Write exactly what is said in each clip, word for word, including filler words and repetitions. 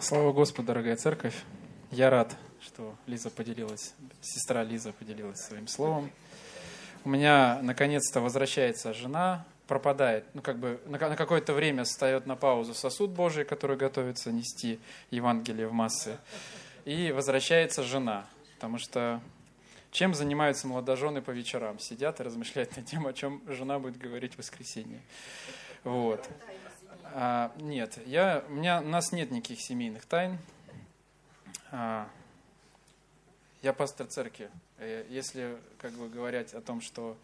Слава Господу, дорогая церковь. Я рад, что Лиза поделилась, сестра Лиза поделилась своим словом. У меня наконец-то возвращается жена, пропадает, ну как бы на, на какое-то время встает на паузу сосуд Божий, который готовится нести Евангелие в массы, и возвращается жена, потому что чем занимаются молодожены по вечерам? Сидят и размышляют над тем, о чем жена будет говорить в воскресенье. Вот. А, нет, я, у, меня, у нас нет никаких семейных тайн. А, я пастор церкви. Если как бы говорить о том, что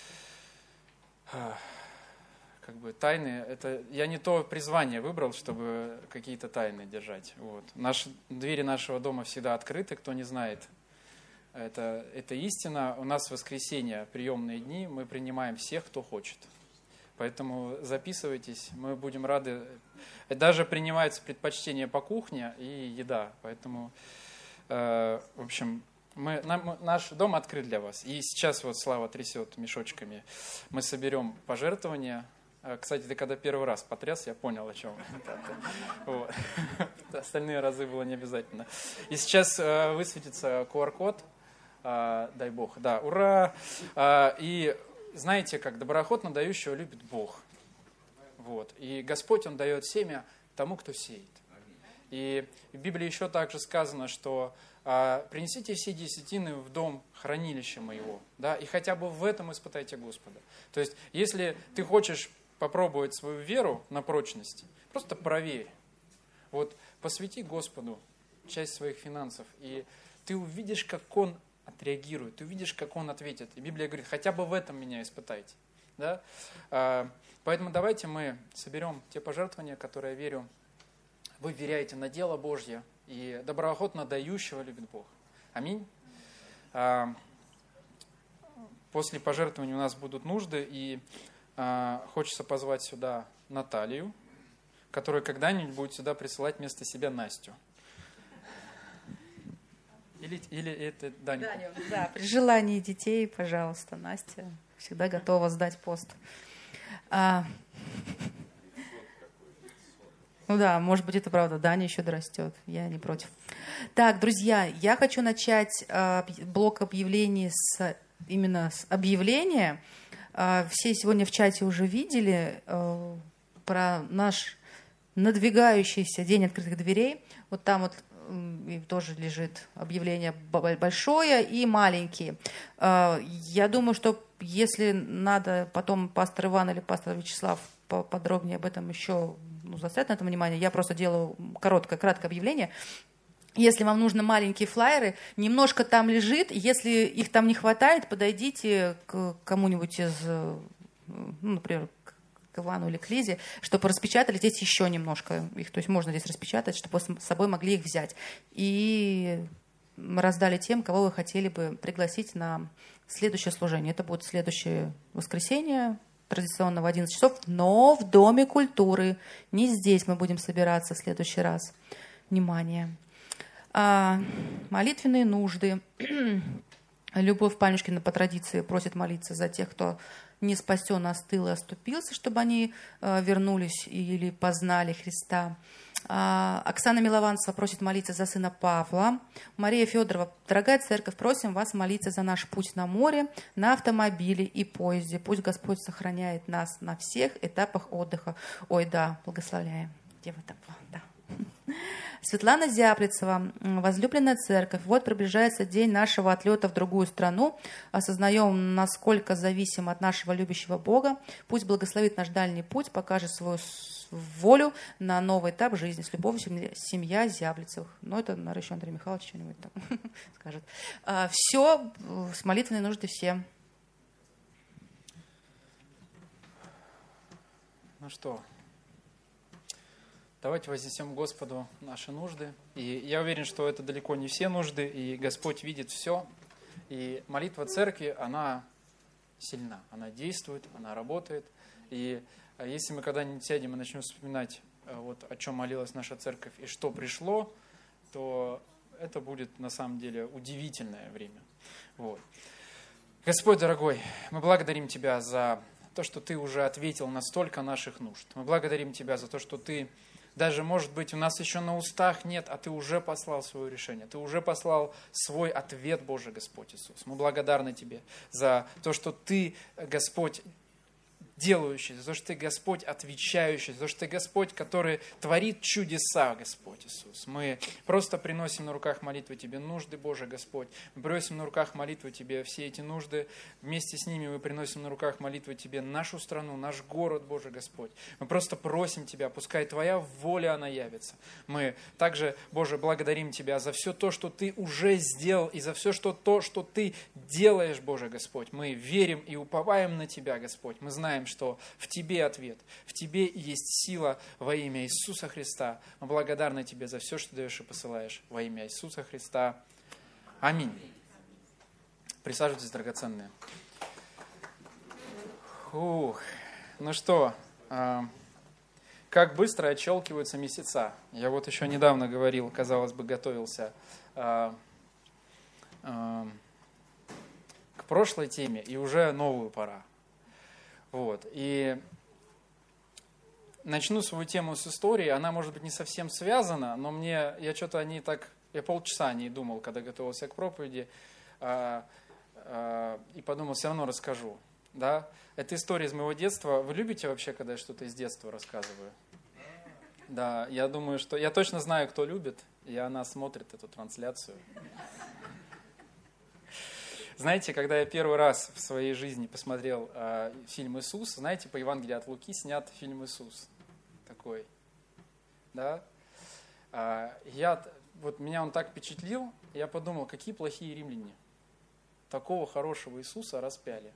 а, как бы тайны, это я не то призвание выбрал, чтобы какие-то тайны держать. Вот. Наши, двери нашего дома всегда открыты, кто не знает. Это, это истина. У нас в воскресенье приемные дни, мы принимаем всех, кто хочет. Поэтому записывайтесь, мы будем рады. Даже принимается предпочтение по кухне и еда. Поэтому, э, в общем, мы, нам, наш дом открыт для вас. И сейчас вот Слава трясет мешочками. Мы соберем пожертвования. Кстати, ты когда первый раз потряс, я понял, о чем. Вот. Остальные разы было не обязательно. И сейчас э, высветится ку ар код. Э, дай Бог. Да, ура! Э, и знаете, как доброохотно дающего любит Бог. Вот. И Господь, Он дает семя тому, кто сеет. И в Библии еще также сказано, что а, принесите все десятины в дом хранилища моего. Да, и хотя бы в этом испытайте Господа. То есть, если ты хочешь попробовать свою веру на прочность, просто проверь. Вот посвяти Господу часть своих финансов, и ты увидишь, как Он отреагирует, ты увидишь, как Он ответит. И Библия говорит, хотя бы в этом меня испытайте. Да? Поэтому давайте мы соберем те пожертвования, которые, я верю, вы веряете на дело Божье, и доброохотно дающего любит Бог. Аминь. После пожертвований у нас будут нужды, и хочется позвать сюда Наталью, которая когда-нибудь будет сюда присылать вместо себя Настю. Или, или это Даньку? Даню, да, при желании детей, пожалуйста, Настя всегда готова сдать пост. А, ну да, может быть, это правда, Даня еще дорастет, я не против. Так, друзья, я хочу начать а, блок объявлений с, именно с объявления. А, все сегодня в чате уже видели а, про наш надвигающийся день открытых дверей. Вот там вот и тоже лежит объявление большое и маленькие. Я думаю, что если надо потом пастор Иван или пастор Вячеслав подробнее об этом еще ну, заострять на этом внимание, я просто делаю короткое, краткое объявление. Если вам нужны маленькие флаеры, немножко там лежит. Если их там не хватает, подойдите к кому-нибудь из, ну, например, к Ивану или к Лизе, чтобы распечатали здесь еще немножко их. То есть можно здесь распечатать, чтобы с собой могли их взять. И раздали тем, кого вы хотели бы пригласить на следующее служение. Это будет следующее воскресенье, традиционно в одиннадцать часов, но в Доме культуры. Не здесь мы будем собираться в следующий раз. Внимание. А, молитвенные нужды. Любовь Панюшкина по традиции просит молиться за тех, кто не спасен, остыл и оступился, чтобы они э, вернулись или познали Христа. А, Оксана Милованцева просит молиться за сына Павла. Мария Федорова, дорогая церковь, просим вас молиться за наш путь на море, на автомобиле и поезде. Пусть Господь сохраняет нас на всех этапах отдыха. Ой, да, благословляем. Где вы там? Да. Светлана Зяплицева, возлюбленная церковь, вот приближается день нашего отлета в другую страну. Осознаем, насколько зависим от нашего любящего Бога. Пусть благословит наш дальний путь, покажет свою волю на новый этап жизни. С любовью, семья Зяблицевых. Ну, это, наверное, еще Андрей Михайлович что-нибудь там скажет. Все, с молитвенной нужды все. Ну что, давайте вознесем Господу наши нужды. И я уверен, что это далеко не все нужды, и Господь видит все. И молитва церкви, она сильна, она действует, она работает. И если мы когда-нибудь сядем и начнем вспоминать, вот, о чем молилась наша церковь и что пришло, то это будет на самом деле удивительное время. Вот. Господь дорогой, мы благодарим Тебя за то, что Ты уже ответил на столько наших нужд. Мы благодарим Тебя за то, что Ты Даже, может быть, у нас еще на устах нет, а Ты уже послал свое решение. Ты уже послал свой ответ, Боже Господь Иисус. Мы благодарны Тебе за то, что Ты, Господь, делающий, за то, что Ты, Господь, отвечающий, за то, что Ты, Господь, который творит чудеса, Господь Иисус. Мы просто приносим на руках молитвы Тебе нужды, Боже Господь. Мы приносим на руках молитвы Тебе все эти нужды. Вместе с ними мы приносим на руках молитвы Тебе нашу страну, наш город, Боже Господь. Мы просто просим Тебя, пускай Твоя воля, она явится. Мы также, Боже, благодарим Тебя за все то, что Ты уже сделал, и за все что, то, что Ты делаешь, Боже Господь. Мы верим и уповаем на Тебя, Господь. Мы знаем, что в Тебе ответ, в Тебе есть сила во имя Иисуса Христа. Мы благодарны Тебе за все, что даешь и посылаешь во имя Иисуса Христа. Аминь. Присаживайтесь, драгоценные. Ух, ну что, как быстро отщелкиваются месяца. Я вот еще недавно говорил, казалось бы, готовился к прошлой теме, и уже новую пора. Вот. И начну свою тему с истории. Она, может быть, не совсем связана, но мне, я что-то о ней так, я полчаса о ней думал, когда готовился к проповеди, а, а, и подумал, все равно расскажу. Да? Это история из моего детства. Вы любите вообще, когда я что-то из детства рассказываю? Да, я думаю, что... Я точно знаю, кто любит, и она смотрит эту трансляцию. Знаете, когда я первый раз в своей жизни посмотрел э, фильм «Иисус», знаете, по Евангелию от Луки снят фильм «Иисус». Такой, да? Э, я, вот меня он так впечатлил, я подумал, какие плохие римляне. Такого хорошего Иисуса распяли.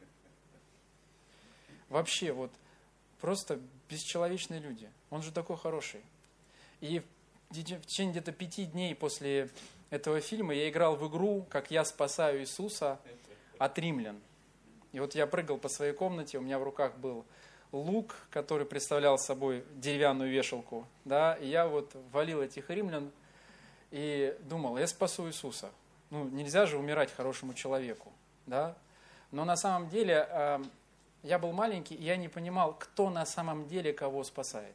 Вообще, вот, просто бесчеловечные люди. Он же такой хороший. И в течение где-то пяти дней после этого фильма я играл в игру, как я спасаю Иисуса от римлян. И вот я прыгал по своей комнате, у меня в руках был лук, который представлял собой деревянную вешалку, да, и я вот валил этих римлян и думал, я спасу Иисуса. Ну, нельзя же умирать хорошему человеку, да. Но на самом деле э, я был маленький, и я не понимал, кто на самом деле кого спасает.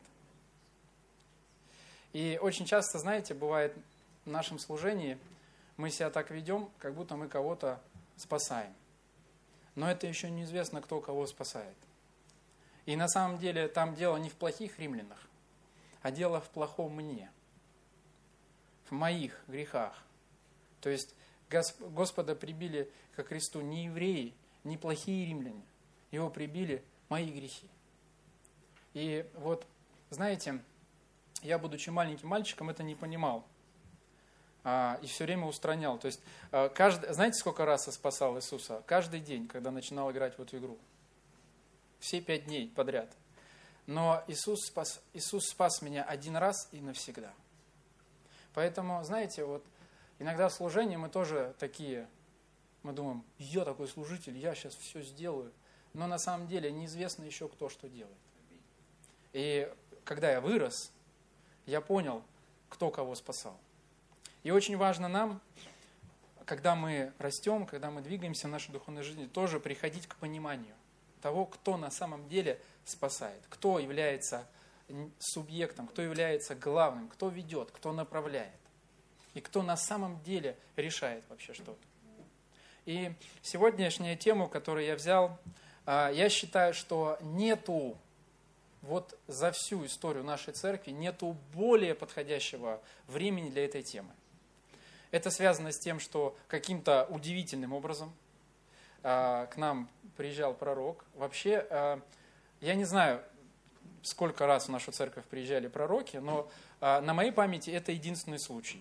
И очень часто, знаете, бывает в нашем служении, мы себя так ведем, как будто мы кого-то спасаем. Но это еще неизвестно, кто кого спасает. И на самом деле там дело не в плохих римлянах, а дело в плохом мне, в моих грехах. То есть Господа прибили ко кресту не евреи, не плохие римляне. Его прибили мои грехи. И вот, знаете, я, будучи маленьким мальчиком, это не понимал. А, и все время устранял. То есть, каждый, знаете, сколько раз я спасал Иисуса? Каждый день, когда начинал играть в эту игру. Все пять дней подряд. Но Иисус спас, Иисус спас меня один раз и навсегда. Поэтому, знаете, вот иногда в служении мы тоже такие, мы думаем, я такой служитель, я сейчас все сделаю. Но на самом деле неизвестно еще, кто что делает. И когда я вырос, я понял, кто кого спасал. И очень важно нам, когда мы растем, когда мы двигаемся в нашей духовной жизни, тоже приходить к пониманию того, кто на самом деле спасает, кто является субъектом, кто является главным, кто ведет, кто направляет, и кто на самом деле решает вообще что-то. И сегодняшняя тема, которую я взял, я считаю, что нету вот за всю историю нашей церкви нету более подходящего времени для этой темы. Это связано с тем, что каким-то удивительным образом э, к нам приезжал пророк. Вообще, э, я не знаю, сколько раз в нашу церковь приезжали пророки, но э, на моей памяти это единственный случай.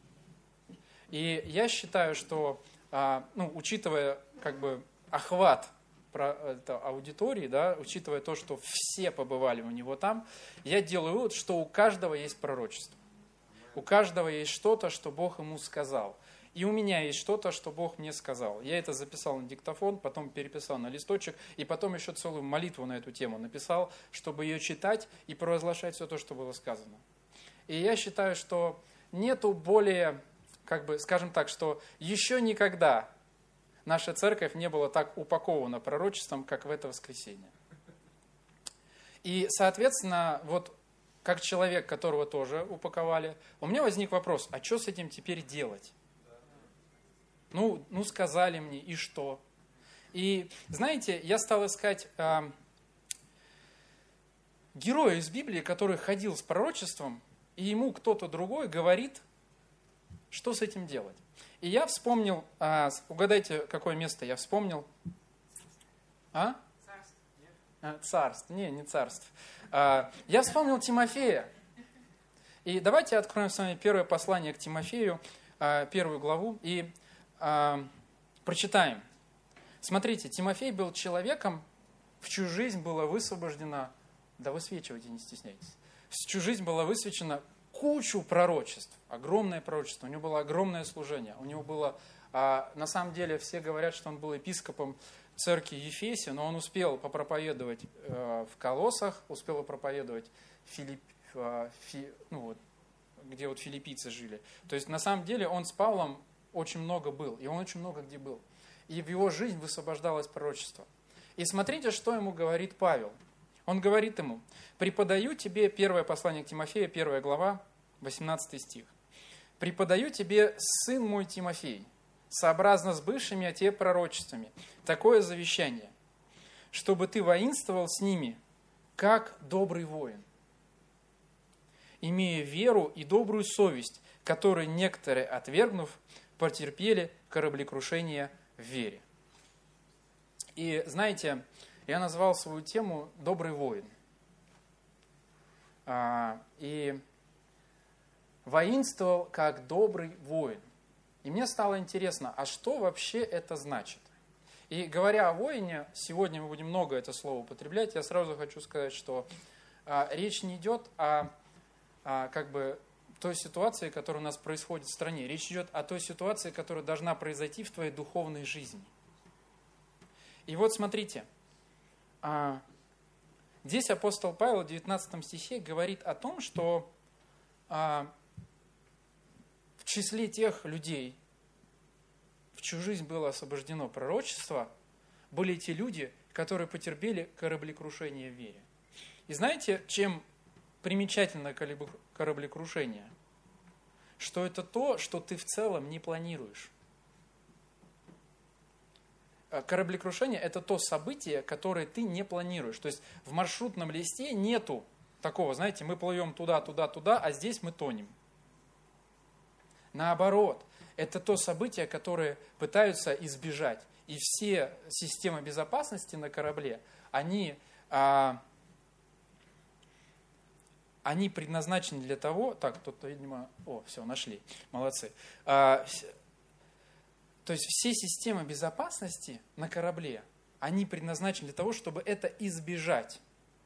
И я считаю, что, э, ну, учитывая как бы охват аудитории, да, учитывая то, что все побывали у него там, я делаю вывод, что у каждого есть пророчество. У каждого есть что-то, что Бог ему сказал. И у меня есть что-то, что Бог мне сказал. Я это записал на диктофон, потом переписал на листочек, и потом еще целую молитву на эту тему написал, чтобы ее читать и провозглашать все то, что было сказано. И я считаю, что нету более, как бы, скажем так, что еще никогда наша церковь не была так упакована пророчеством, как в это воскресенье. И, соответственно, вот как человек, которого тоже упаковали, у меня возник вопрос, а что с этим теперь делать? Ну, ну сказали мне, и что? И, знаете, я стал искать э, героя из Библии, который ходил с пророчеством, и ему кто-то другой говорит, что с этим делать. И я вспомнил, э, угадайте, какое место я вспомнил? А? Царство. А, царство. Не, не царство. А, я вспомнил Тимофея. И давайте откроем с вами первое послание к Тимофею, а, первую главу, и а, прочитаем. Смотрите, Тимофей был человеком, в чью жизнь была высвобождена, да высвечивайте, не стесняйтесь, в чью жизнь была высвечена кучу пророчеств, огромное пророчество, у него было огромное служение, у него было, а, на самом деле все говорят, что он был епископом церкви Ефесе, но он успел попроповедовать э, в Колоссах, успел проповедовать в Филипп, э, фи, ну вот, где вот филиппийцы жили. То есть на самом деле он с Павлом очень много был, и он очень много где был. И в его жизнь высвобождалось пророчество. И смотрите, что ему говорит Павел. Он говорит ему: «Преподаю тебе», первое послание к Тимофею, первая глава, восемнадцатый стих. «Преподаю тебе, сын мой Тимофей, сообразно с бывшими о тебе пророчествами, такое завещание, чтобы ты воинствовал с ними, как добрый воин, имея веру и добрую совесть, которые некоторые, отвергнув, потерпели кораблекрушение в вере». И знаете, я назвал свою тему «Добрый воин». И воинствовал как добрый воин. И мне стало интересно, а что вообще это значит? И говоря о воине, сегодня мы будем много это слово употреблять, я сразу хочу сказать, что а, речь не идет о, о как бы, той ситуации, которая у нас происходит в стране. Речь идет о той ситуации, которая должна произойти в твоей духовной жизни. И вот смотрите, а, здесь апостол Павел в девятнадцатом стихе говорит о том, что а, в числе тех людей, в чью жизнь было освобождено пророчество, были те люди, которые потерпели кораблекрушение в вере. И знаете, чем примечательно кораблекрушение? Что это то, что ты в целом не планируешь. Кораблекрушение – это то событие, которое ты не планируешь. То есть в маршрутном листе нету такого, знаете, мы плывем туда, туда, туда, а здесь мы тонем. Наоборот, это то событие, которое пытаются избежать. И все системы безопасности на корабле, они, а, они предназначены для того... Так, кто-то, видимо... О, все, нашли. Молодцы. А, то есть все системы безопасности на корабле, они предназначены для того, чтобы это избежать.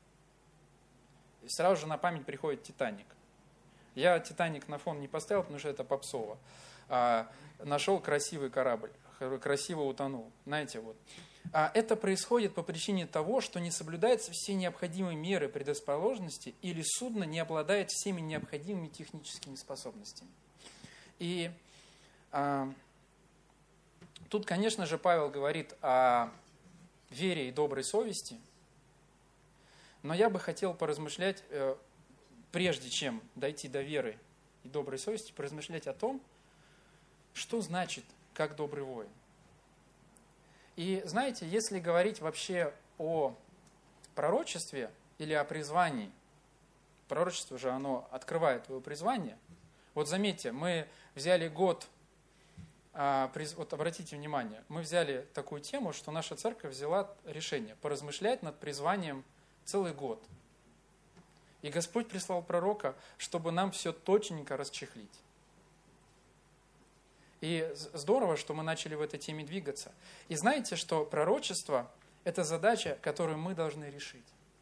И сразу же на память приходит «Титаник». Я «Титаник» на фон не поставил, потому что это попсово. А, нашел красивый корабль, красиво утонул. Знаете, вот. А это происходит по причине того, что не соблюдаются все необходимые меры предрасположенности или судно не обладает всеми необходимыми техническими способностями. И а, тут, конечно же, Павел говорит о вере и доброй совести, но я бы хотел поразмышлять, прежде чем дойти до веры и доброй совести, поразмышлять о том, что значит «как добрый воин». И знаете, если говорить вообще о пророчестве или о призвании, пророчество же оно открывает твое призвание. Вот заметьте, мы взяли год, вот обратите внимание, мы взяли такую тему, что наша церковь взяла решение поразмышлять над призванием целый год. И Господь прислал пророка, чтобы нам все точненько расчехлить. И здорово, что мы начали в этой теме двигаться. И знаете, что пророчество – это задача, которую мы должны решить.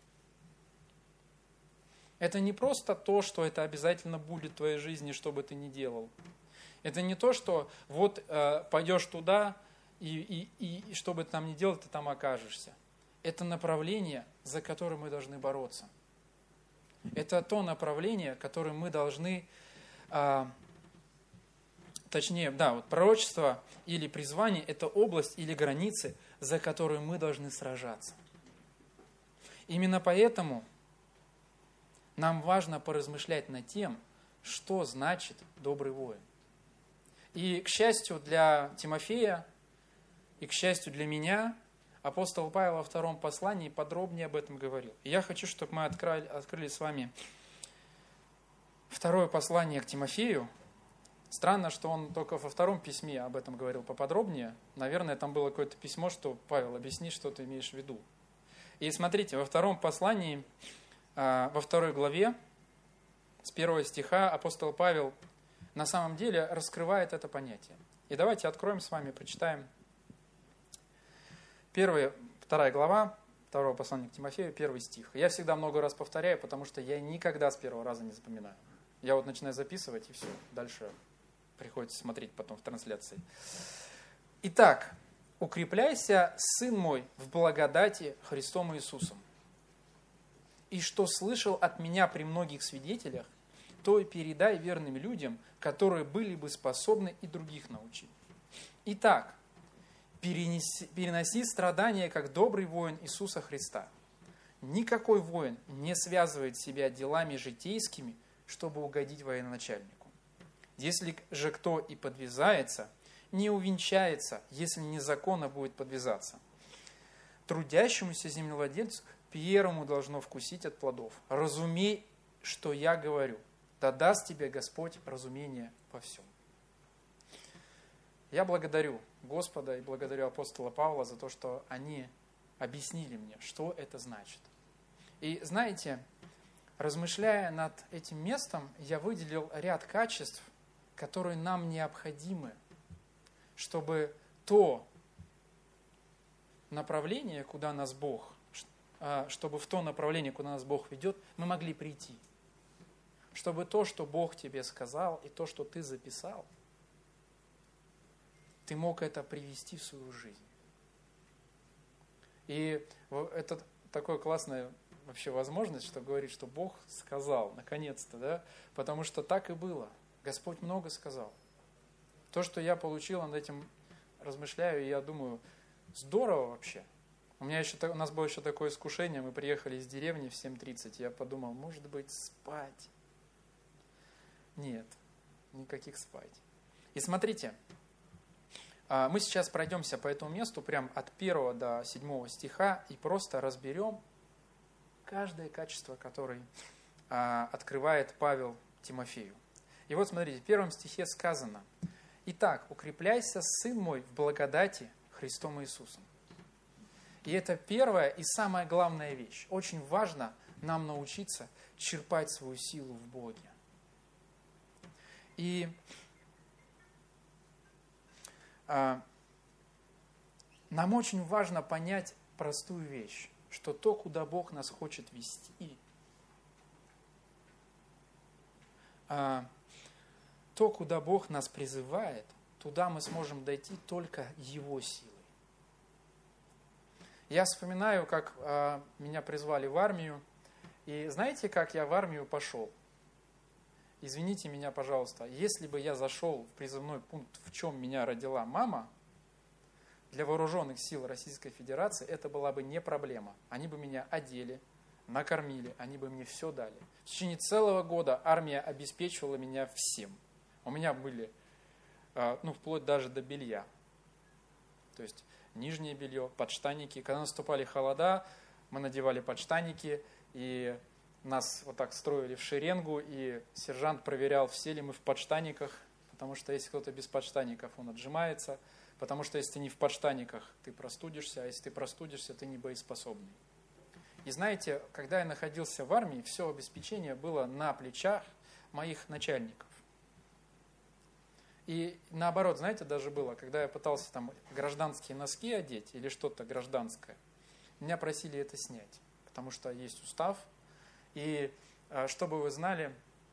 Это не просто то, что это обязательно будет в твоей жизни, что бы ты ни делал. Это не то, что вот э, пойдешь туда, и, и, и что бы ты там ни делал, ты там окажешься. Это направление, за которое мы должны бороться. Это то направление, которое мы должны, э, точнее, да, вот пророчество или призвание – это область или границы, за которую мы должны сражаться. Именно поэтому нам важно поразмышлять над тем, что значит добрый воин. И, к счастью для Тимофея, и, к счастью для меня, апостол Павел во втором послании подробнее об этом говорил. И я хочу, чтобы мы открыли, открыли с вами второе послание к Тимофею. Странно, что он только во втором письме об этом говорил поподробнее. Наверное, там было какое-то письмо, что «Павел, объясни, что ты имеешь в виду». И смотрите, во втором послании, во второй главе, с первого стиха апостол Павел на самом деле раскрывает это понятие. И давайте откроем с вами, прочитаем первая, вторая глава, второго послания к Тимофею, первый стих. Я всегда много раз повторяю, потому что я никогда с первого раза не запоминаю. Я вот начинаю записывать, и все, дальше приходится смотреть потом в трансляции. Итак, укрепляйся, сын мой, в благодати Христом Иисусом. И что слышал от меня при многих свидетелях, то и передай верным людям, которые были бы способны и других научить. Итак, перенеси, переноси страдания, как добрый воин Иисуса Христа. Никакой воин не связывает себя делами житейскими, чтобы угодить военачальнику. Если же кто и подвязается, не увенчается, если незаконно будет подвязаться. Трудящемуся землевладельцу первому должно вкусить от плодов. Разумей, что я говорю, да даст тебе Господь разумение во всем. Я благодарю Господа и благодарю апостола Павла за то, что они объяснили мне, что это значит. И знаете, размышляя над этим местом, я выделил ряд качеств, которые нам необходимы, чтобы то направление, куда нас Бог, чтобы в то направление, куда нас Бог ведет, мы могли прийти. Чтобы то, что Бог тебе сказал, и то, что ты записал, ты мог это привести в свою жизнь. И это такая классная вообще возможность, что говорит, что Бог сказал, наконец-то, да, потому что так и было. Господь много сказал. То, что я получил, над этим размышляю, и я думаю, здорово вообще. У меня еще, у нас было еще такое искушение, мы приехали из деревни в семь тридцать, я подумал, может быть, спать. Нет, никаких спать. И смотрите, мы сейчас пройдемся по этому месту, прям от первого до седьмого стиха, и просто разберем каждое качество, которое открывает Павел Тимофею. И вот смотрите, в первом стихе сказано: «Итак, укрепляйся, сын мой, в благодати Христом Иисусом». И это первая и самая главная вещь. Очень важно нам научиться черпать свою силу в Боге. И а, нам очень важно понять простую вещь, что то, куда Бог нас хочет вести, а, то, куда Бог нас призывает, туда мы сможем дойти только Его силой. Я вспоминаю, как а, меня призвали в армию, и знаете, как я в армию пошел? Извините меня, пожалуйста, если бы я зашел в призывной пункт, в чем меня родила мама, для вооруженных сил Российской Федерации это была бы не проблема. Они бы меня одели, накормили, они бы мне все дали. В течение целого года армия обеспечивала меня всем. У меня были, ну, вплоть даже до белья. То есть нижнее белье, подштанники. Когда наступали холода, мы надевали подштанники, и нас вот так строили в шеренгу, и сержант проверял, все ли мы в подштаниках, потому что если кто-то без подштаников, он отжимается, потому что если ты не в подштаниках, ты простудишься, а если ты простудишься, ты не боеспособный. И знаете, когда я находился в армии, все обеспечение было на плечах моих начальников. И наоборот, знаете, даже было, когда я пытался там гражданские носки одеть или что-то гражданское, меня просили это снять, потому что есть устав. И чтобы вы знали,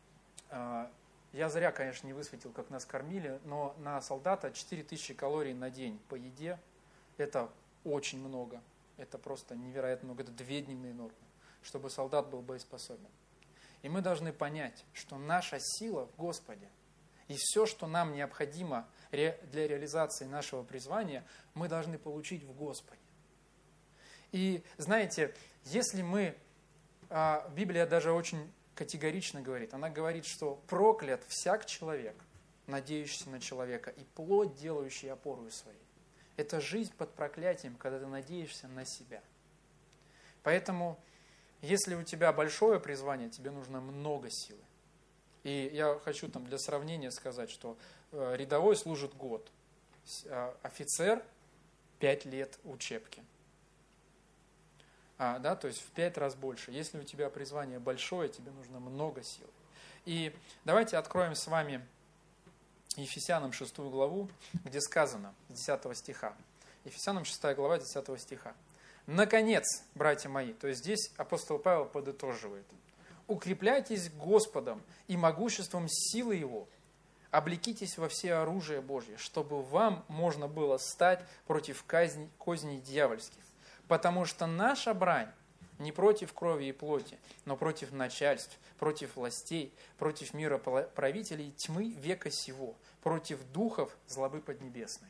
я зря, конечно, не высветил, как нас кормили, но на солдата четыре тысячи калорий на день по еде – это очень много, это просто невероятно много, это две дневные нормы, чтобы солдат был боеспособен. И мы должны понять, что наша сила в Господе, и все, что нам необходимо для реализации нашего призвания, мы должны получить в Господе. И знаете, если мы, Библия даже очень категорично говорит. Она говорит, что проклят всяк человек, надеющийся на человека, и плоть, делающий опору своей. Это жизнь под проклятием, когда ты надеешься на себя. Поэтому, если у тебя большое призвание, тебе нужно много силы. И я хочу там для сравнения сказать, что э, рядовой служит год, э, офицер пять лет учебки. А, да, то есть в пять раз больше. Если у тебя призвание большое, тебе нужно много сил. И давайте откроем с вами Ефесянам шестую главу, где сказано, с десятого стиха. Ефесянам шестая глава, десятого стиха. «Наконец, братья мои», то есть здесь апостол Павел подытоживает, «укрепляйтесь Господом и могуществом силы Его, облекитесь во все оружие Божье, чтобы вам можно было стать против казни, козней дьявольских. Потому что наша брань не против крови и плоти, но против начальств, против властей, против мира правителей тьмы века сего, против духов злобы поднебесной».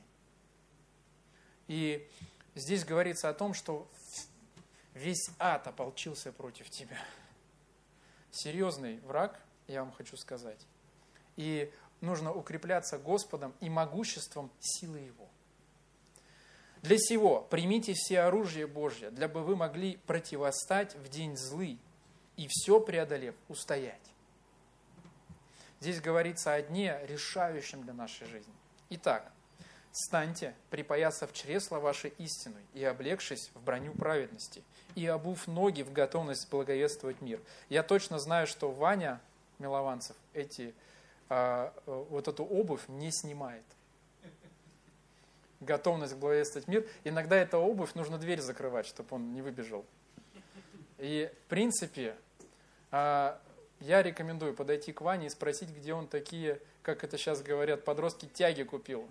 И здесь говорится о том, что весь ад ополчился против тебя. Серьезный враг, я вам хочу сказать. И нужно укрепляться Господом и могуществом силы Его. Для сего примите все оружие Божье, для бы вы могли противостать в день злый и все преодолев устоять. Здесь говорится о дне, решающем для нашей жизни. Итак, «Встаньте, припоясав чресла вашей истиной, и облегшись в броню праведности, и обув ноги в готовность благовествовать мир». Я точно знаю, что Ваня Милованцев эти, а, вот эту обувь не снимает. Готовность благовествовать мир. Иногда эта обувь, нужно дверь закрывать, чтобы он не выбежал. И в принципе, а, я рекомендую подойти к Ване и спросить, где он такие, как это сейчас говорят, подростки, тяги купил.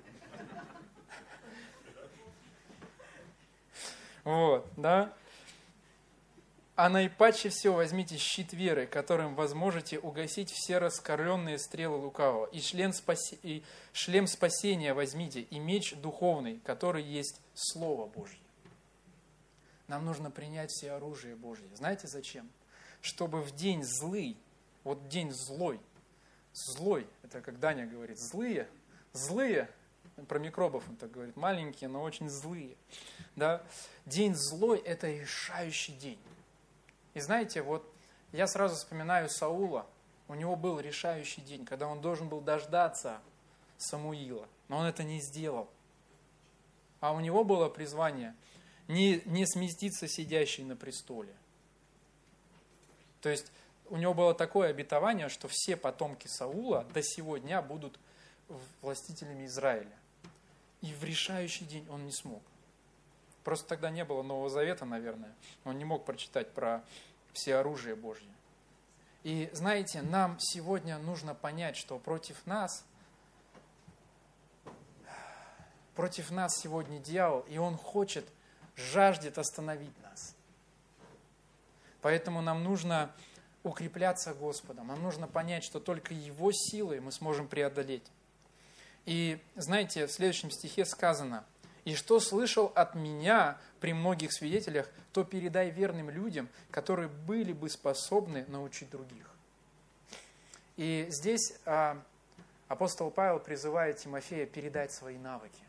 Вот, да. «А наипаче все возьмите щит веры, которым возможете угасить все раскаленные стрелы лукавого, и шлем, спаси... и шлем спасения возьмите, и меч духовный, который есть Слово Божье». Нам нужно принять все оружие Божье. Знаете зачем? Чтобы в день злый, вот день злой, злой, это как Даня говорит, злые, злые, про микробов он так говорит, маленькие, но очень злые. Да? День злой – это решающий день. И знаете, вот я сразу вспоминаю Саула, у него был решающий день, когда он должен был дождаться Самуила, но он это не сделал. А у него было призвание не, не сместиться сидящий на престоле. То есть у него было такое обетование, что все потомки Саула до сего дня будут властителями Израиля. И в решающий день он не смог. Просто тогда не было Нового Завета, наверное. Он не мог прочитать про всеоружие Божье. И знаете, нам сегодня нужно понять, что против нас, против нас сегодня дьявол, и он хочет, жаждет остановить нас. Поэтому нам нужно укрепляться Господом. Нам нужно понять, что только Его силой мы сможем преодолеть. И знаете, в следующем стихе сказано: «И что слышал от меня при многих свидетелях, то передай верным людям, которые были бы способны научить других». И здесь а, апостол Павел призывает Тимофея передать свои навыки.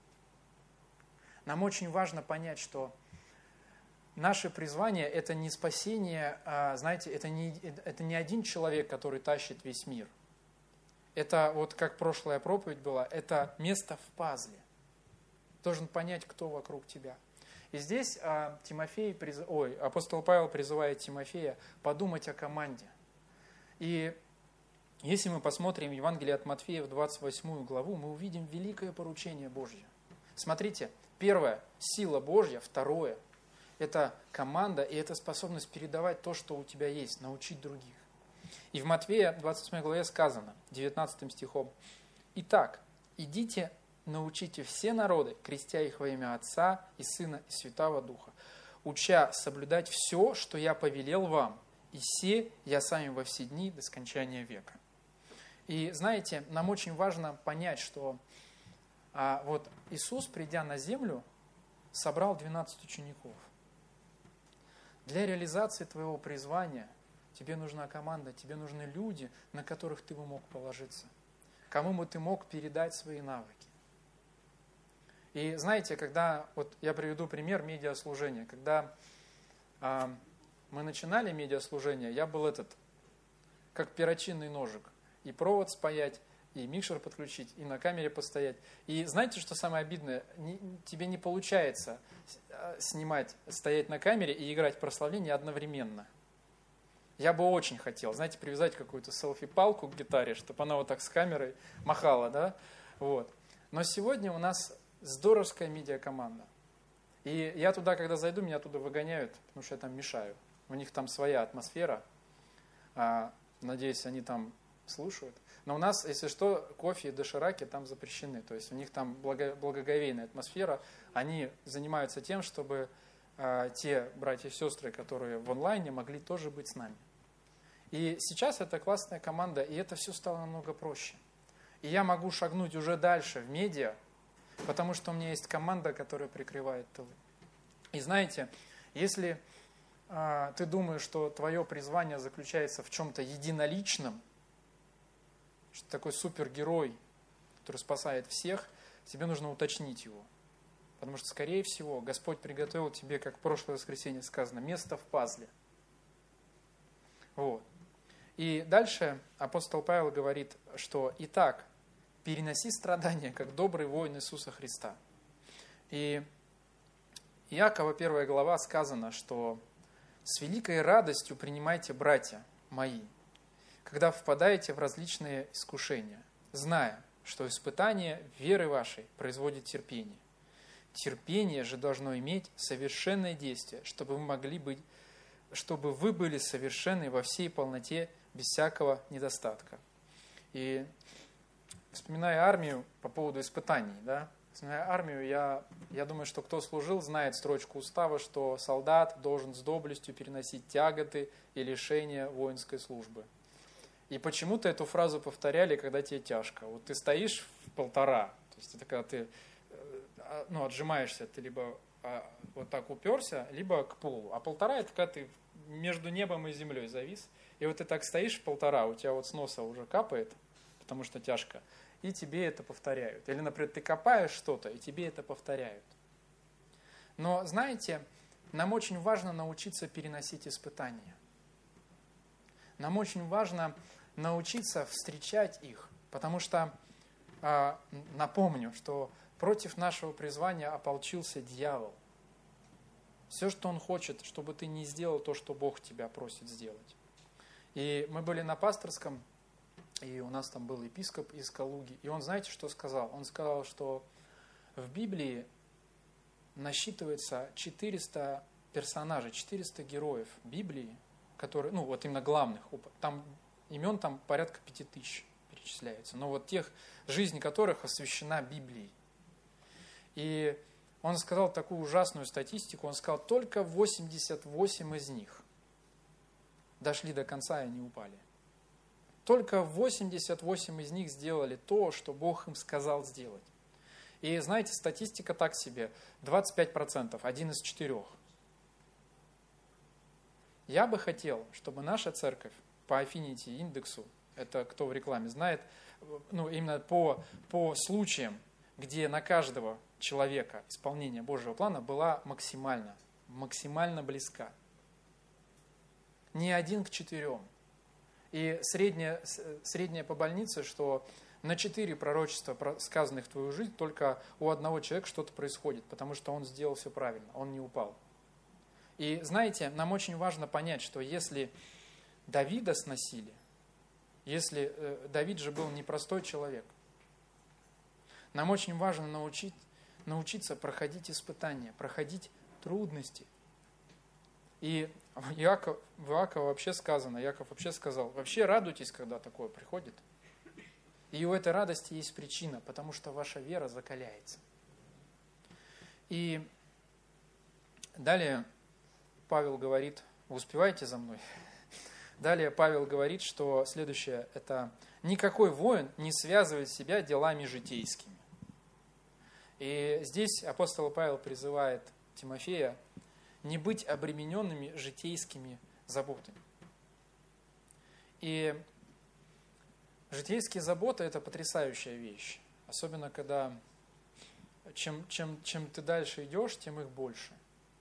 Нам очень важно понять, что наше призвание – это не спасение, а, знаете, это не, это не один человек, который тащит весь мир. Это, вот как прошлая проповедь была, это место в пазле. Должен понять, кто вокруг тебя. И здесь а, Тимофей, приз... Ой, апостол Павел призывает Тимофея подумать о команде. И если мы посмотрим Евангелие от Матфея в двадцать восьмую главу, мы увидим великое поручение Божье. Смотрите, первое – сила Божья, второе – это команда, и это способность передавать то, что у тебя есть, научить других. И в Матфея двадцать восьмой главе сказано, девятнадцатым стихом: «Итак, идите, научите все народы, крестя их во имя Отца и Сына и Святого Духа, уча соблюдать все, что я повелел вам, и се я с вами во все дни до скончания века». И знаете, нам очень важно понять, что а, вот Иисус, придя на землю, собрал двенадцать учеников. Для реализации твоего призвания тебе нужна команда, тебе нужны люди, на которых ты бы мог положиться, кому бы ты мог передать свои навыки. И знаете, когда, вот я приведу пример медиаслужения, когда а, мы начинали медиаслужение, я был этот, как перочинный ножик, и провод спаять, и микшер подключить, и на камере постоять. И знаете, что самое обидное? Не, тебе не получается снимать, стоять на камере и играть в прославление одновременно. Я бы очень хотел, знаете, привязать какую-то селфи-палку к гитаре, чтобы она вот так с камерой махала, да? Вот. Но сегодня у нас здоровская медиакоманда. И я туда, когда зайду, меня оттуда выгоняют, потому что я там мешаю. У них там своя атмосфера. Надеюсь, они там слушают. Но у нас, если что, кофе и дошираки там запрещены. То есть у них там благо, благоговейная атмосфера. Они занимаются тем, чтобы э, те братья и сестры, которые в онлайне, могли тоже быть с нами. И сейчас это классная команда, и это все стало намного проще. И я могу шагнуть уже дальше в медиа, потому что у меня есть команда, которая прикрывает тылы. И знаете, если э, ты думаешь, что твое призвание заключается в чем-то единоличном, что ты такой супергерой, который спасает всех, тебе нужно уточнить его. Потому что, скорее всего, Господь приготовил тебе, как в прошлое воскресенье сказано, место в пазле. Вот. И дальше апостол Павел говорит, что «Итак, переноси страдания, как добрый воин Иисуса Христа». И Иакова первая глава сказано, что «С великой радостью принимайте, братья мои, когда впадаете в различные искушения, зная, что испытание веры вашей производит терпение. Терпение же должно иметь совершенное действие, чтобы вы могли быть, чтобы вы были совершенны во всей полноте, без всякого недостатка». И вспоминая армию по поводу испытаний, да, вспоминая армию, я, я думаю, что кто служил, знает строчку устава, что солдат должен с доблестью переносить тяготы и лишения воинской службы. И почему-то эту фразу повторяли, когда тебе тяжко. Вот ты стоишь в полтора, то есть это когда ты ну, отжимаешься, ты либо вот так уперся, либо к полу. А полтора это когда ты между небом и землей завис. И вот ты так стоишь в полтора, у тебя вот с носа уже капает, потому что тяжко, и тебе это повторяют. Или, например, ты копаешь что-то, и тебе это повторяют. Но, знаете, нам очень важно научиться переносить испытания. Нам очень важно научиться встречать их, потому что, э, напомню, что против нашего призвания ополчился дьявол. Все, что он хочет, чтобы ты не сделал то, что Бог тебя просит сделать. И мы были на пасторском, и у нас там был епископ из Калуги, и он, знаете, что сказал? Он сказал, что в Библии насчитывается четыреста персонажей, четыреста героев Библии, которые, ну вот именно главных, там имен там порядка пяти тысяч перечисляется, но вот тех, жизнь которых освящена Библией. И он сказал такую ужасную статистику, он сказал, только восемьдесят восемь из них дошли до конца и не упали. Только восемьдесят восемь из них сделали то, что Бог им сказал сделать. И знаете, статистика так себе, двадцать пять процентов, один из четырех. Я бы хотел, чтобы наша церковь по Affinity индексу, это кто в рекламе знает, ну именно по, по случаям, где на каждого человека исполнение Божьего плана была максимально, максимально близка. Не один к четырем. И среднее, среднее по больнице, что на четыре пророчества, сказанных в твою жизнь, только у одного человека что-то происходит, потому что он сделал все правильно, он не упал. И знаете, нам очень важно понять, что если Давида сносили, если э, Давид же был непростой человек, нам очень важно научить, научиться проходить испытания, проходить трудности. И Иаков, в Иакова вообще сказано, Иаков вообще сказал, вообще радуйтесь, когда такое приходит. И у этой радости есть причина, потому что ваша вера закаляется. И далее Павел говорит, вы успеваете за мной? Далее Павел говорит, что следующее, это никакой воин не связывает себя делами житейскими. И здесь апостол Павел призывает Тимофея не быть обремененными житейскими заботами. И житейские заботы – это потрясающая вещь. Особенно, когда чем, чем, чем ты дальше идешь, тем их больше.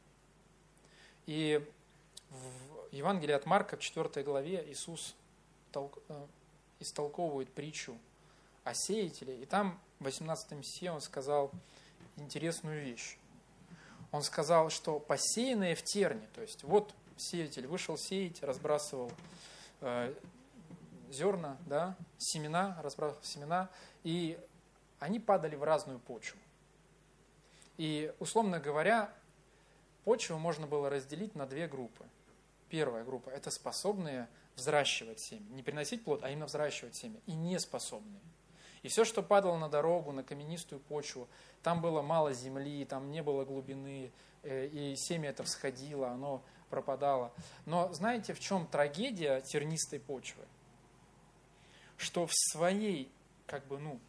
И в Евангелии от Марка, в четвёртой главе, Иисус толк, э, истолковывает притчу о сеятеле. И там в восемнадцатом стихе он сказал интересную вещь. Он сказал, что посеянное в терне, то есть вот сеятель вышел сеять, разбрасывал э, зерна, да, семена, разбрасывал семена, и они падали в разную почву. И, условно говоря, почву можно было разделить на две группы. Первая группа – это способные взращивать семя, не приносить плод, а именно взращивать семя, и неспособные. И все, что падало на дорогу, на каменистую почву, там было мало земли, там не было глубины, и семя это всходило, оно пропадало. Но знаете, в чем трагедия тернистой почвы? Что в своей, как бы, ну,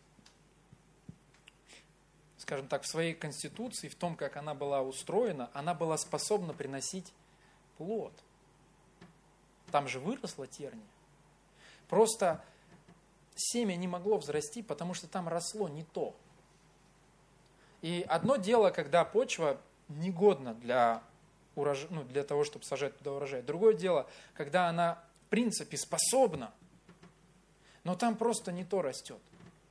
скажем так, в своей конституции, в том, как она была устроена, она была способна приносить плод. Там же выросла терния. Просто семя не могло взрасти, потому что там росло не то. И одно дело, когда почва негодна для, урож... ну, для того, чтобы сажать туда урожай. Другое дело, когда она, в принципе, способна, но там просто не то растет.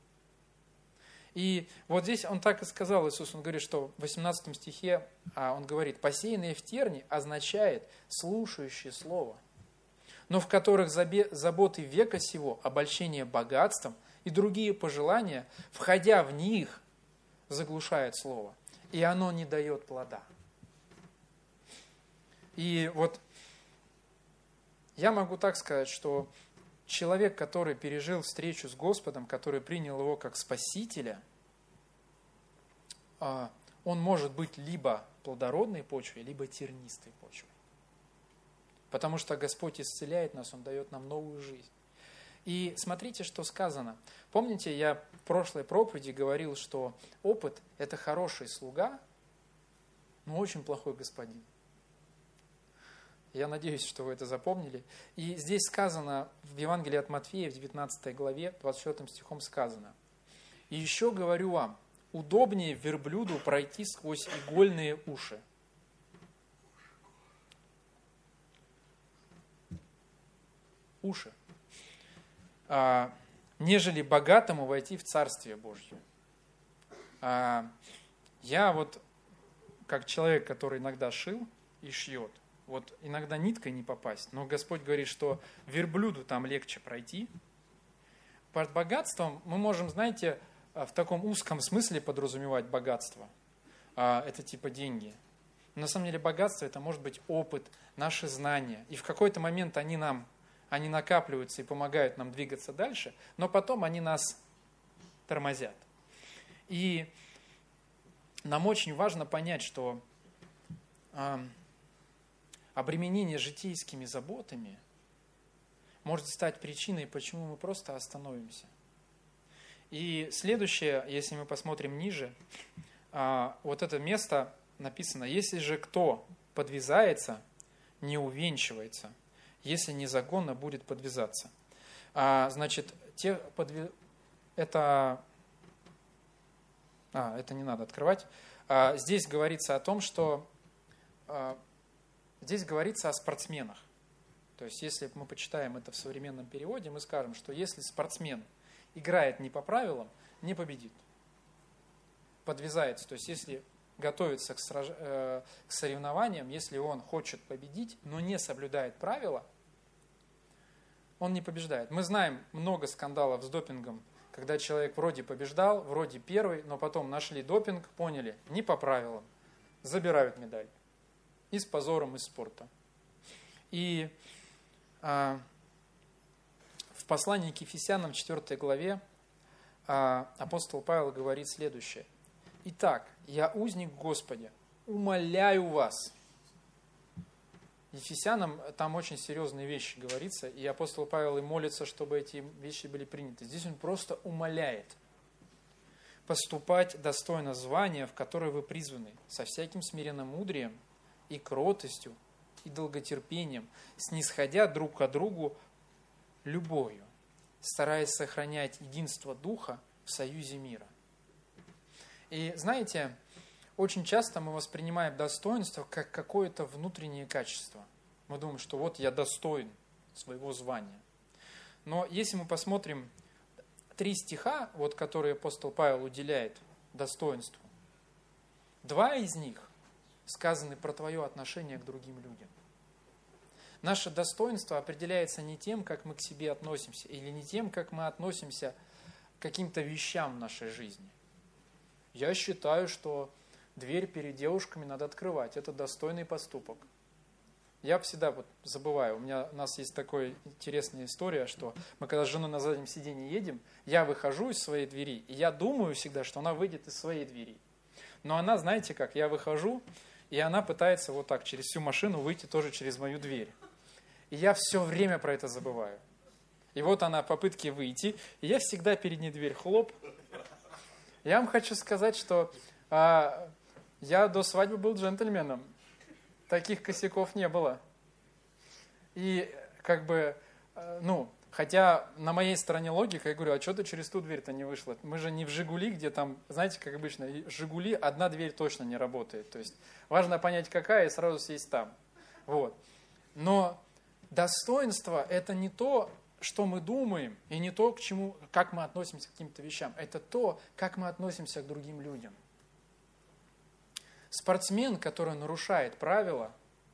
И вот здесь он так и сказал, Иисус, он говорит, что в восемнадцатом стихе он говорит, посеянные в терни означает слушающее слово, но в которых заботы века сего, обольщение богатством и другие пожелания, входя в них, заглушает слово, и оно не дает плода. И вот я могу так сказать, что человек, который пережил встречу с Господом, который принял его как Спасителя, он может быть либо плодородной почвой, либо тернистой почвой. Потому что Господь исцеляет нас, Он дает нам новую жизнь. И смотрите, что сказано. Помните, я в прошлой проповеди говорил, что опыт – это хороший слуга, но очень плохой господин. Я надеюсь, что вы это запомнили. И здесь сказано, в Евангелии от Матфея, в девятнадцатой главе, двадцать четвёртым стихом сказано. «И еще говорю вам, удобнее верблюду пройти сквозь игольные уши». Уши. А, нежели богатому войти в Царствие Божье. А, я вот, как человек, который иногда шил и шьет, вот иногда ниткой не попасть, но Господь говорит, что верблюду там легче пройти. Под богатством мы можем, знаете, в таком узком смысле подразумевать богатство. Это типа деньги. Но на самом деле богатство – это может быть опыт, наши знания. И в какой-то момент они нам, они накапливаются и помогают нам двигаться дальше, но потом они нас тормозят. И нам очень важно понять, что обременение житейскими заботами может стать причиной, почему мы просто остановимся. И следующее, если мы посмотрим ниже, вот это место написано: «Если же кто подвязается, не увенчивается, если незаконно будет подвязаться». Значит, те подве... это... А, это не надо открывать. Здесь говорится о том, что... Здесь говорится о спортсменах. То есть, если мы почитаем это в современном переводе, мы скажем, что если спортсмен играет не по правилам, не победит. Подвязается. То есть, если готовится к, сраж... э, к соревнованиям, если он хочет победить, но не соблюдает правила, он не побеждает. Мы знаем много скандалов с допингом, когда человек вроде побеждал, вроде первый, но потом нашли допинг, поняли, не по правилам, забирают медаль. И с позором из спорта. И а, в послании к Ефесянам, четвёртой главе, а, апостол Павел говорит следующее. «Итак, я узник Господи, умоляю вас». Ефесянам там очень серьезные вещи говорится, и апостол Павел и молится, чтобы эти вещи были приняты. Здесь он просто умоляет поступать достойно звания, в которое вы призваны, со всяким смиренным мудрием, и кротостью, и долготерпением, снисходя друг к другу любовью, стараясь сохранять единство духа в союзе мира. И знаете, очень часто мы воспринимаем достоинство как какое-то внутреннее качество. Мы думаем, что вот я достоин своего звания. Но если мы посмотрим три стиха, вот, которые апостол Павел уделяет достоинству, два из них сказаны про твое отношение к другим людям. Наше достоинство определяется не тем, как мы к себе относимся, или не тем, как мы относимся к каким-то вещам в нашей жизни. Я считаю, что дверь перед девушками надо открывать. Это достойный поступок. Я всегда вот забываю, у меня у нас есть такая интересная история, что мы когда с женой на заднем сиденье едем, я выхожу из своей двери, и я думаю всегда, что она выйдет из своей двери. Но она, знаете как, я выхожу, и она пытается вот так через всю машину выйти тоже через мою дверь. И я все время про это забываю. И вот она в попытке выйти, и я всегда перед ней дверь хлоп. Я вам хочу сказать, что а, я до свадьбы был джентльменом. Таких косяков не было. И как бы, ну, хотя на моей стороне логика, я говорю, а что ты через ту дверь-то не вышла? Мы же не в «Жигули», где там, знаете, как обычно, в «Жигули» одна дверь точно не работает. То есть важно понять, какая, и сразу сесть там. Вот. Но достоинство – это не то, что мы думаем, и не то, к чему, как мы относимся к каким-то вещам. Это то, как мы относимся к другим людям. Спортсмен, который нарушает правила,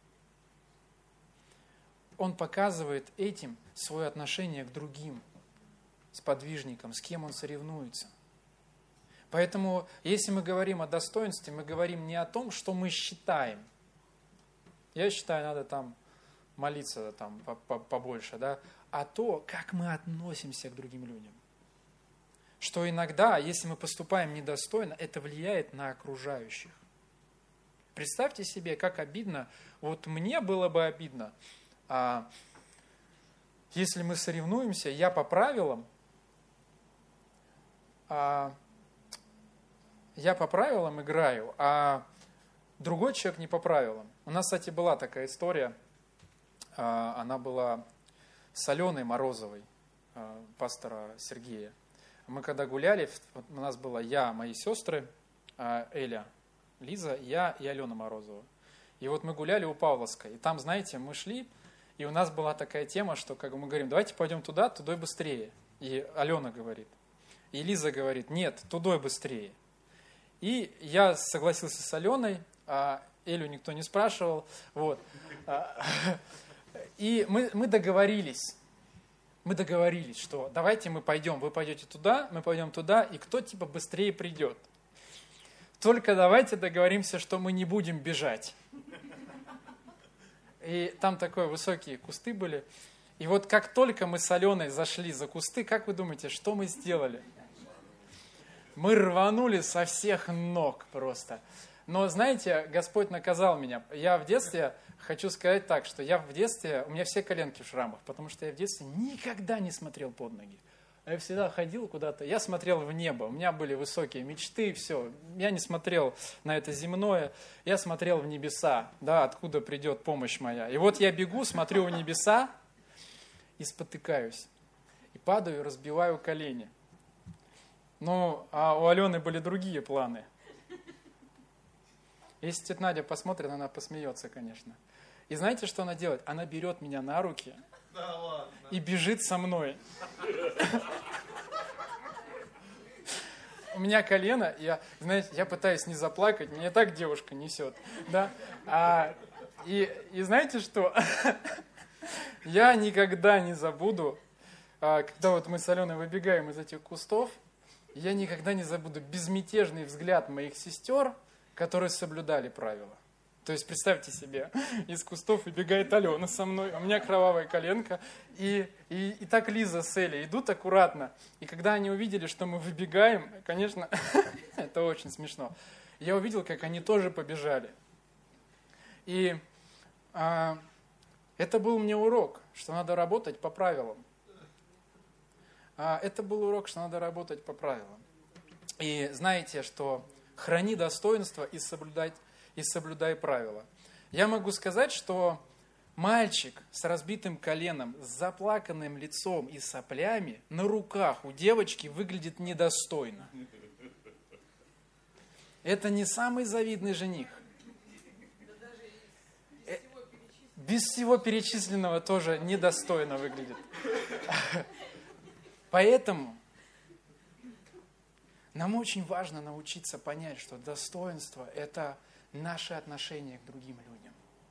он показывает этим свое отношение к другим сподвижникам, с кем он соревнуется. Поэтому, если мы говорим о достоинстве, мы говорим не о том, что мы считаем. Я считаю, надо там молиться там побольше, да, а то, как мы относимся к другим людям. Что иногда, если мы поступаем недостойно, это влияет на окружающих. Представьте себе, как обидно, вот мне было бы обидно, а, если мы соревнуемся, я по правилам, а, я по правилам играю, а другой человек не по правилам. У нас, кстати, была такая история, а, она была с Аленой Морозовой, а, пастора Сергея. Мы когда гуляли, у нас было я, мои сестры, а, Эля, Лиза, я и Алена Морозова. И вот мы гуляли у Павловской, и там, знаете, мы шли, и у нас была такая тема, что как мы говорим, давайте пойдем туда, тудой быстрее. И Алена говорит, и Лиза говорит, нет, тудой быстрее. И я согласился с Аленой, а Элю никто не спрашивал, вот. И мы, мы договорились, мы договорились, что давайте мы пойдем, вы пойдете туда, мы пойдем туда, и кто типа быстрее придет. Только давайте договоримся, что мы не будем бежать. И там такие высокие кусты были. И вот как только мы с Аленой зашли за кусты, как вы думаете, что мы сделали? Мы рванули со всех ног просто. Но знаете, Господь наказал меня. Я в детстве, хочу сказать так, что я в детстве, у меня все коленки в шрамах, потому что я в детстве никогда не смотрел под ноги. Я всегда ходил куда-то, я смотрел в небо, у меня были высокие мечты, все. Я не смотрел на это земное, я смотрел в небеса, да, откуда придет помощь моя. И вот я бегу, смотрю в небеса и спотыкаюсь. И падаю, разбиваю колени. Ну, а у Алены были другие планы. Если тетя Надя посмотрит, она посмеется, конечно. И знаете, что она делает? Она берет меня на руки и бежит со мной. У меня колено, я, знаете, я пытаюсь не заплакать, меня так девушка несет, да. А, и, и знаете что? Я никогда не забуду, а, когда вот мы с Аленой выбегаем из этих кустов, я никогда не забуду безмятежный взгляд моих сестер, которые соблюдали правила. То есть, представьте себе, из кустов выбегает Алена со мной, у меня кровавая коленка, и, и, и так Лиза с Элей идут аккуратно. И когда они увидели, что мы выбегаем, конечно, это очень смешно, я увидел, как они тоже побежали. И а, это был мне урок, что надо работать по правилам. А, это был урок, что надо работать по правилам. И знаете, что храни достоинство и соблюдать и соблюдай правила. Я могу сказать, что Мальчик с разбитым коленом, с заплаканным лицом и соплями на руках у девочки выглядит недостойно. Это не самый завидный жених. Без всего перечисленного тоже недостойно выглядит. Поэтому нам очень важно научиться понять, что достоинство – это наше отношение к другим людям.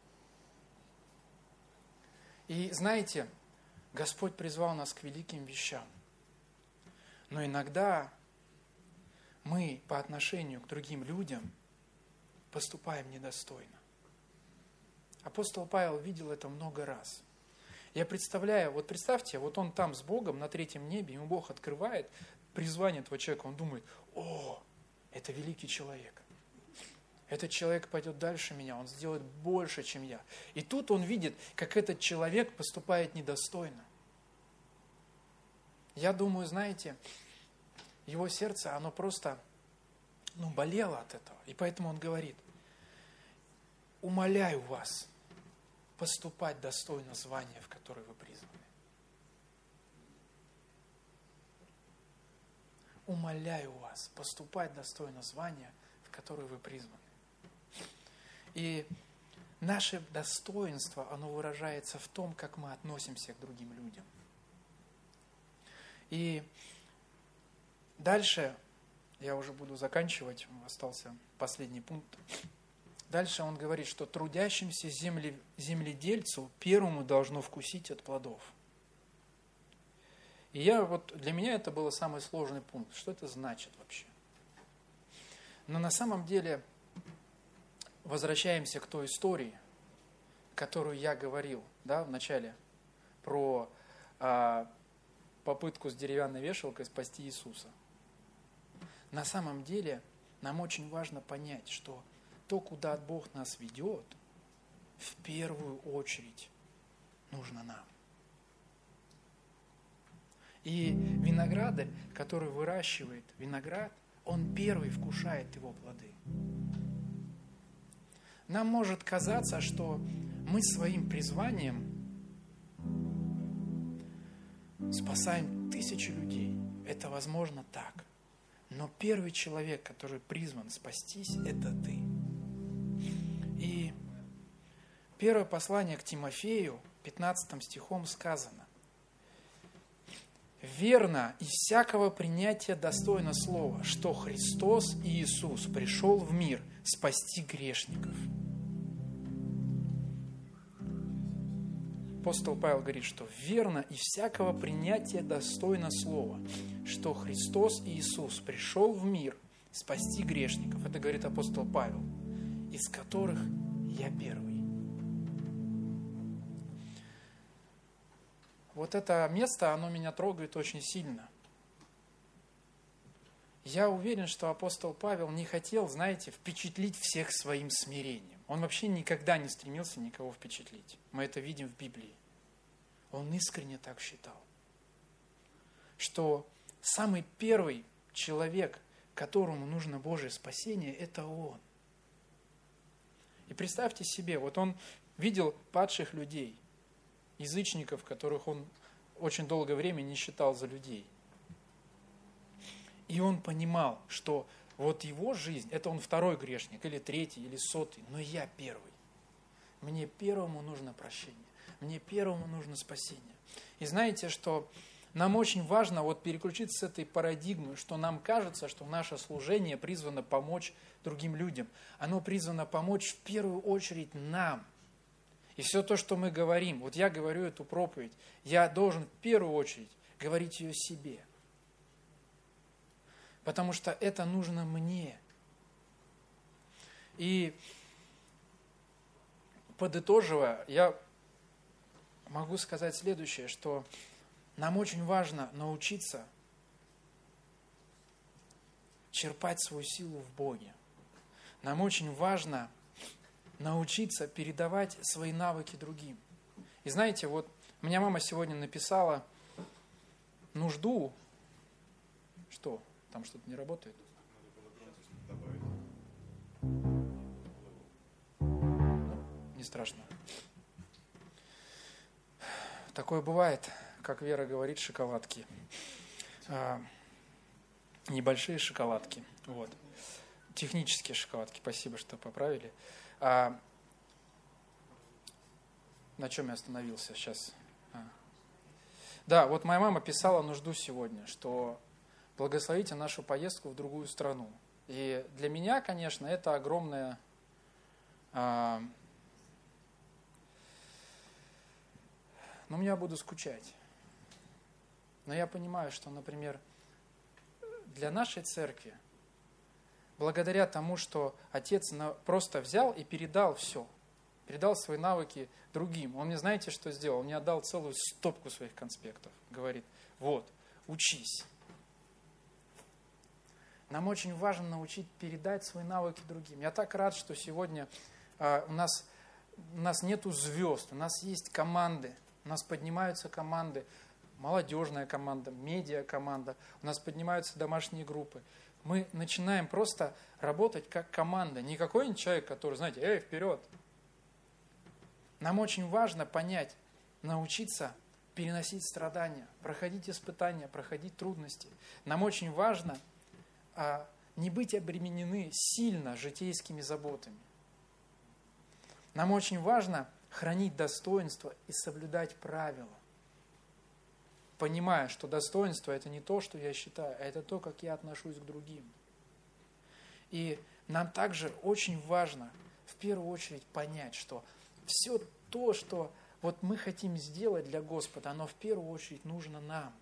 И знаете, Господь призвал нас к великим вещам. Но иногда мы по отношению к другим людям поступаем недостойно. Апостол Павел видел это много раз. Я представляю, вот представьте, вот он там с Богом на третьем небе, ему Бог открывает призвание этого человека, он думает: о, это великий человек. Этот человек пойдет дальше меня, он сделает больше, чем я. И тут он видит, как этот человек поступает недостойно. Я думаю, знаете, его сердце, оно просто, ну, болело от этого. И поэтому он говорит: умоляю вас поступать достойно звания, в которое вы призваны. Умоляю вас поступать достойно звания, в которое вы призваны. И наше достоинство, оно выражается в том, как мы относимся к другим людям. И дальше, я уже буду заканчивать, остался последний пункт. Дальше он говорит, что трудящимся земле, земледельцу первому должно вкусить от плодов. И я, вот, для меня это был самый сложный пункт. Что это значит вообще? Но на самом деле, возвращаемся к той истории, которую я говорил, да, в начале, про а, попытку с деревянной вешалкой спасти Иисуса. На самом деле, нам очень важно понять, что то, куда Бог нас ведет, в первую очередь нужно нам. И виноградарь, который выращивает виноград, он первый вкушает его плоды. Нам может казаться, что мы своим призванием спасаем тысячи людей. Это возможно так. Но первый человек, который призван спастись, это ты. И первое послание к Тимофею, пятнадцатым стихом сказано: «Верно и всякого принятия достойно слова, что Христос и Иисус пришел в мир спасти грешников». Апостол Павел говорит, что верно и всякого принятия достойно слова, что Христос и Иисус пришел в мир спасти грешников. Это говорит апостол Павел, из которых я первый. Вот это место, оно меня трогает очень сильно. Я уверен, что апостол Павел не хотел, знаете, впечатлить всех своим смирением. Он вообще никогда не стремился никого впечатлить. Мы это видим в Библии. Он искренне так считал, что самый первый человек, которому нужно Божье спасение, это он. И представьте себе, вот он видел падших людей, язычников, которых он очень долгое время не считал за людей. И он понимал, что вот его жизнь, это он второй грешник, или третий, или сотый, но я первый. Мне первому нужно прощение, мне первому нужно спасение. И знаете, что нам очень важно вот переключиться с этой парадигмы, что нам кажется, что наше служение призвано помочь другим людям. Оно призвано помочь в первую очередь нам. И все то, что мы говорим, вот я говорю эту проповедь, я должен в первую очередь говорить ее себе. Потому что это нужно мне. И подытоживая, я могу сказать следующее, что нам очень важно научиться черпать свою силу в Боге. Нам очень важно научиться передавать свои навыки другим. И знаете, вот у меня мама сегодня написала нужду. Что? Там что-то не работает? Не страшно. Такое бывает, как Вера говорит, шоколадки. А, небольшие шоколадки. Вот. Технические шоколадки. Спасибо, что поправили. А, на чем я остановился сейчас? А. Да, вот моя мама писала нужду сегодня, что благословите нашу поездку в другую страну. И для меня, конечно, это огромная... А, но я буду скучать. Но я понимаю, что, например, для нашей церкви, благодаря тому, что отец просто взял и передал все, передал свои навыки другим. Он мне, знаете, что сделал? Он мне отдал целую стопку своих конспектов. Говорит, вот, учись. Нам очень важно научить передать свои навыки другим. Я так рад, что сегодня а, у нас, у нас нету звезд, у нас есть команды, у нас поднимаются команды, молодежная команда, медиа-команда, у нас поднимаются домашние группы. Мы начинаем просто работать как команда, не какой-нибудь человек, который, знаете, эй, вперед. Нам очень важно понять, научиться переносить страдания, проходить испытания, проходить трудности. Нам очень важно а, не быть обременены сильно житейскими заботами. Нам очень важно хранить достоинство и соблюдать правила, понимая, что достоинство – это не то, что я считаю, а это то, как я отношусь к другим. И нам также очень важно в первую очередь понять, что все то, что вот мы хотим сделать для Господа, оно в первую очередь нужно нам.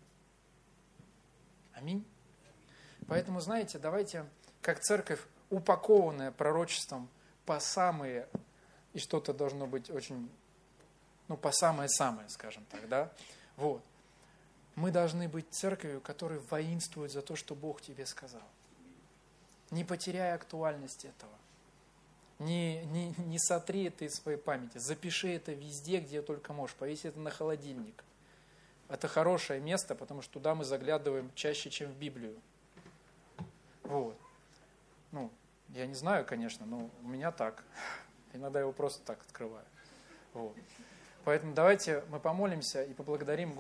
Аминь. Поэтому, знаете, давайте, как церковь, упакованная пророчеством по самые, и что-то должно быть очень, ну, по самое-самое, скажем так, да, вот. Мы должны быть церковью, которая воинствует за то, что Бог тебе сказал. Не потеряй актуальность этого. Не, не, не сотри это из своей памяти. Запиши это везде, где только можешь. Повесь это на холодильник. Это хорошее место, потому что туда мы заглядываем чаще, чем в Библию. Вот. Ну, я не знаю, конечно, но у меня так. Иногда я его просто так открываю. Вот. Поэтому давайте мы помолимся и поблагодарим Господа.